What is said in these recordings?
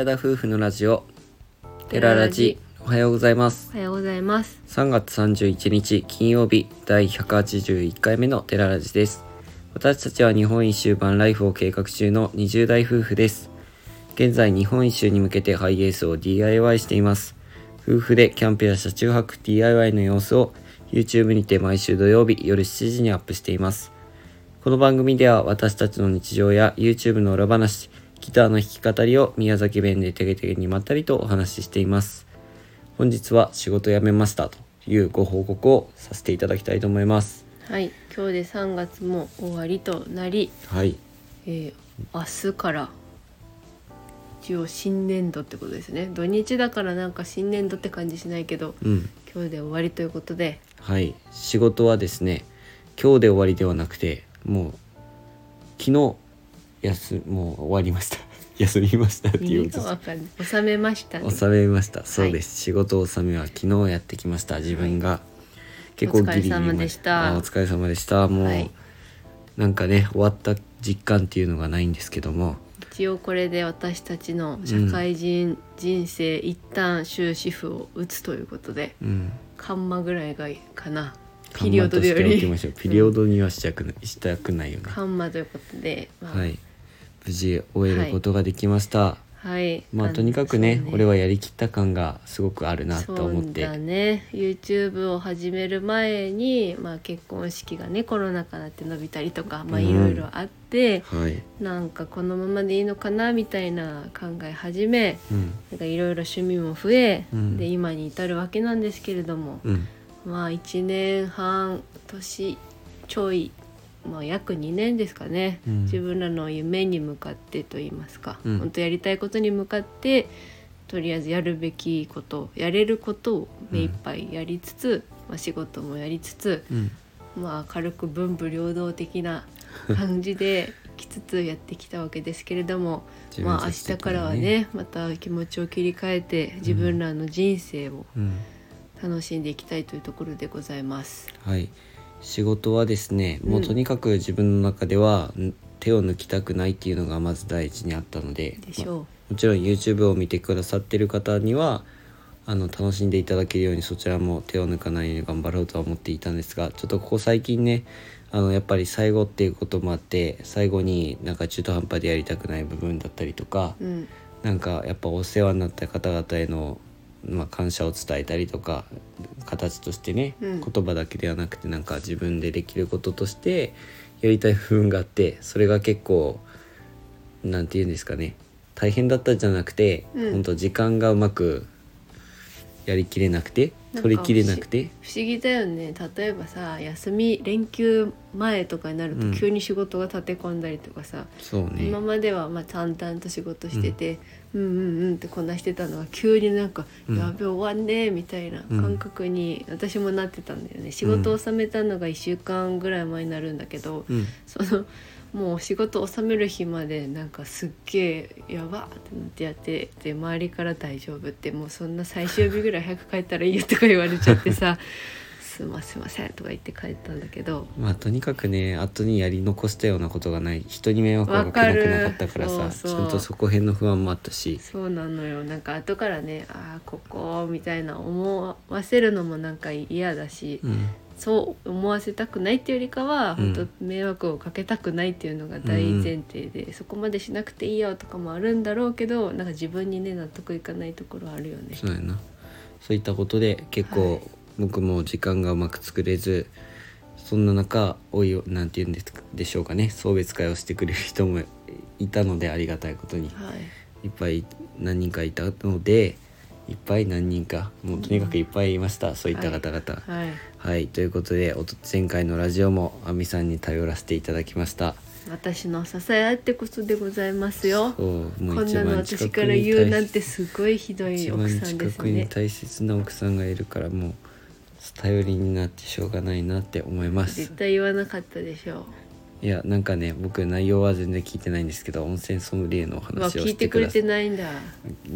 寺田夫婦のラジオテララジ。おはようございます。 おはようございます。 3月31日金曜日第181回目のテララジです。私たちは日本一周バンライフを計画中の20代夫婦です。現在日本一周に向けてハイエースを DIY しています。夫婦でキャンプや車中泊 DIY の様子を YouTube にて毎週土曜日夜7時にアップしています。この番組では私たちの日常や YouTube の裏話、ギターの弾き語りを宮崎弁でてげてげにまったりとお話ししています。本日は仕事辞めましたというご報告をさせていただきたいと思います。 はい、今日で3月も終わりとなり、 はい、 明日から一応新年度ってことですね。土日だからなんか新年度って感じしないけど、今日で終わりということで、 はい、仕事はですね、今日で終わりではなくて、もう昨日もう終わりました休みましたっていう意味がわかんない。収めましたね。 収めました。そうです、仕事納めは昨日やってきました。自分が結構ギリギリまで。 お疲れ様でした。 お疲れ様でした。もう、なんかね、終わった実感っていうのがないんですけども、 一応これで私たちの社会人人生、一旦終止符を打つということで、カンマぐらいがいいかな。ピリオドでよりピリオドにはしたくないよね。 カンマということで、 はい、無事終えることができました。 はい、 とにかくね、俺はやりきった感がすごくあるなと思って。 そうだね。 YouTube を始める前に、結婚式がねコロナ禍になって伸びたりとか、いろいろあって、なんかこのままでいいのかなみたいな考え始め、なんかいろいろ趣味も増え、で今に至るわけなんですけれども、1年半年ちょい、約2年ですかね、自分らの夢に向かってといいますか、本当やりたいことに向かってとりあえずやるべきことやれることを目いっぱいやりつつ、仕事もやりつつ、軽く文武両道的な感じできつつやってきたわけですけれども、明日からはねまた気持ちを切り替えて自分らの人生を楽しんでいきたいというところでございます。 はい、仕事はですね、もうとにかく自分の中では手を抜きたくないっていうのがまず第一にあったので、もちろん YouTube を見てくださってる方には楽しんでいただけるようにそちらも手を抜かないように頑張ろうとは思っていたんですが、ちょっとここ最近ね、やっぱり最後っていうこともあって、最後になんか中途半端でやりたくない部分だったりとか、なんかやっぱお世話になった方々への感謝を伝えたりとか、形としてね、言葉だけではなくてなんか自分でできることとしてやりたい部分があって、それが結構なんて言うんですかね、大変だったじゃなくて、本当時間がうまくやりきれなくて取りきれなくて不思議だよね。例えばさ、休み連休前とかになると急に仕事が立て込んだりとかさ、今までは淡々と仕事してて、ってこなしてたのが急になんか、やべ終わんねみたいな感覚に私もなってたんだよね。仕事を収めたのが1週間ぐらい前になるんだけど、もう仕事を収める日までなんかすっげえやばってなってやってて、周りから大丈夫って、もうそんな最終日ぐらい早く帰ったらいいよとか言われちゃってさすいませんとか言って帰ったんだけど、 とにかくね、後にやり残したようなことがない、人に迷惑をかけなくなかったからさ、ちゃんとそこへんの不安もあったし。 そうなのよ。なんか後からね、ここみたいな思わせるのもなんか嫌だし、そう思わせたくないっていうよりかは、本当迷惑をかけたくないっていうのが大前提で、そこまでしなくていいよとかもあるんだろうけど、なんか自分にね納得いかないところあるよね。 そうやな。そういったことで結構、僕も時間がうまく作れず、そんな中なんて言うんでしょうかね、送別会をしてくれる人もいたので、ありがたいことに、いっぱい何人かいたので、何人かもうとにかくいっぱいいました、そういった方々。ということで前回のラジオも亜美さんに頼らせていただきました。 私の支え合ってこそでございますよ。 もうこんなの私から言うなんてすごいひどい奥さんですね。 一番近くに大切な奥さんがいるから、もう頼りになってしょうがないなって思います。 絶対言わなかったでしょう。いや、なんかね、僕内容は全然聞いてないんですけど、温泉ソムリエのお話をしてください。 聞いてくれてないんだ。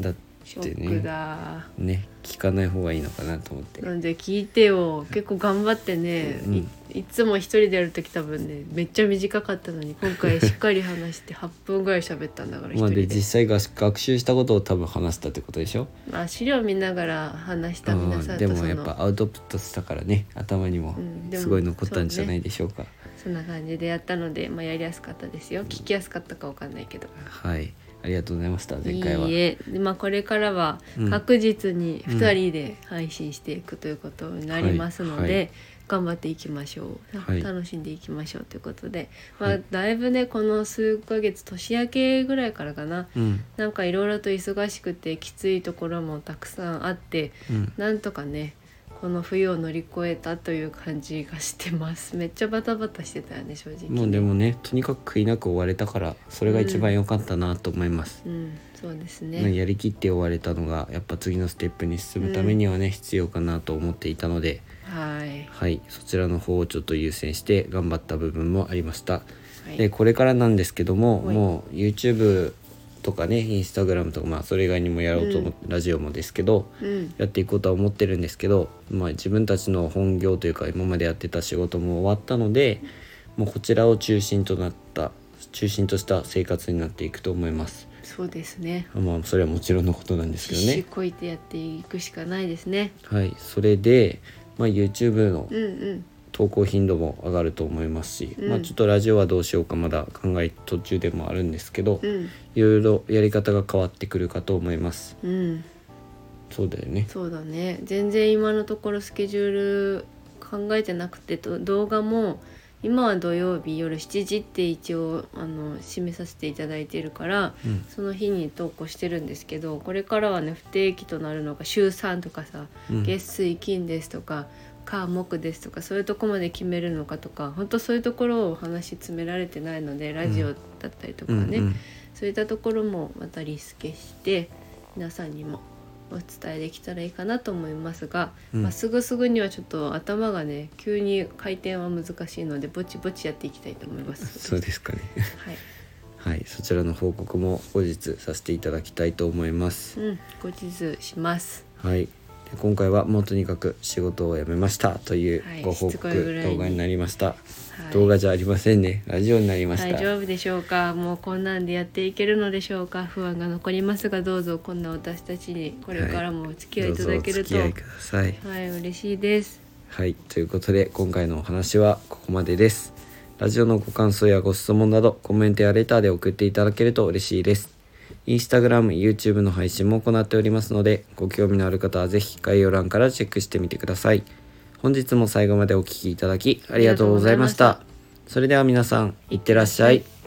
ってショックだね聞かない方がいいのかなと思って。 なんで聞いてよ。結構頑張ってね、いつも一人でやるとき多分ねめっちゃ短かったのに今回しっかり話して8分ぐらい喋ったんだから一人で。 で実際学習したことを多分話したってことでしょ。 資料見ながら話した皆さんとでもやっぱアウトプットしたからね頭にもすごい残ったんじゃないでしょうか。 そんな感じでやったので、やりやすかったですよ。聞きやすかったかわかんないけど。 はい、ありがとうございました。前回は。 いいえ。で、これからは確実に2人で配信していくということになりますので、頑張っていきましょう。楽しんでいきましょうということで、だいぶねこの数ヶ月年明けぐらいからかな、なんかいろいろと忙しくてきついところもたくさんあって、なんとかねこの冬を乗り越えたという感じがしてます。めっちゃバタバタしてたよね正直。 もうでもねとにかく悔いなく終われたからそれが一番良かったなと思います。 そうですね。 やりきって終われたのがやっぱ次のステップに進むためにはね、必要かなと思っていたので、はい、そちらの方をちょっと優先して頑張った部分もありました。でこれからなんですけども、もう YouTubeとかねInstagram とかそれ以外にもやろうと思って、ラジオもですけど、やっていこうとは思ってるんですけど、自分たちの本業というか今までやってた仕事も終わったのでもうこちらを中心とした生活になっていくと思います。 そうですね。 それはもちろんのことなんですけどね。 必死こいてやっていくしかないですね。 はい、それで、YouTube の投稿頻度も上がると思いますし、ちょっとラジオはどうしようかまだ考え途中でもあるんですけど、いろいろやり方が変わってくるかと思います。そうだよね。 そうだね。全然今のところスケジュール考えてなくて、動画も今は土曜日夜7時って一応締めさせていただいているから、その日に投稿してるんですけど、これからはね不定期となるのが週3とかさ、月水金ですとか火木ですとかそういうとこまで決めるのかとか、本当そういうところを話詰められてないので、ラジオだったりとかね、そういったところもまたリスケして皆さんにもお伝えできたらいいかなと思いますが、すぐにはちょっと頭がね急に回転は難しいのでぼちぼちやっていきたいと思います。 そうですかね。はい、そちらの報告も後日させていただきたいと思います。 後日します。 はい。で今回はもうとにかく仕事を辞めましたというご報告動画になりました。動画じゃありませんね。ラジオになりました。 大丈夫でしょうか。もうこんなんでやっていけるのでしょうか。不安が残りますが、どうぞこんな私たちにこれからもお付き合いいただけると、 どうぞお付き合いください。 嬉しいです。 はい、ということで今回のお話はここまでです。ラジオのご感想やご質問などコメントやレターで送っていただけると嬉しいです。インスタグラム、YouTube の配信も行っておりますので、ご興味のある方はぜひ概要欄からチェックしてみてください。本日も最後までお聞きいただきありがとうございました。それでは皆さん、いってらっしゃい。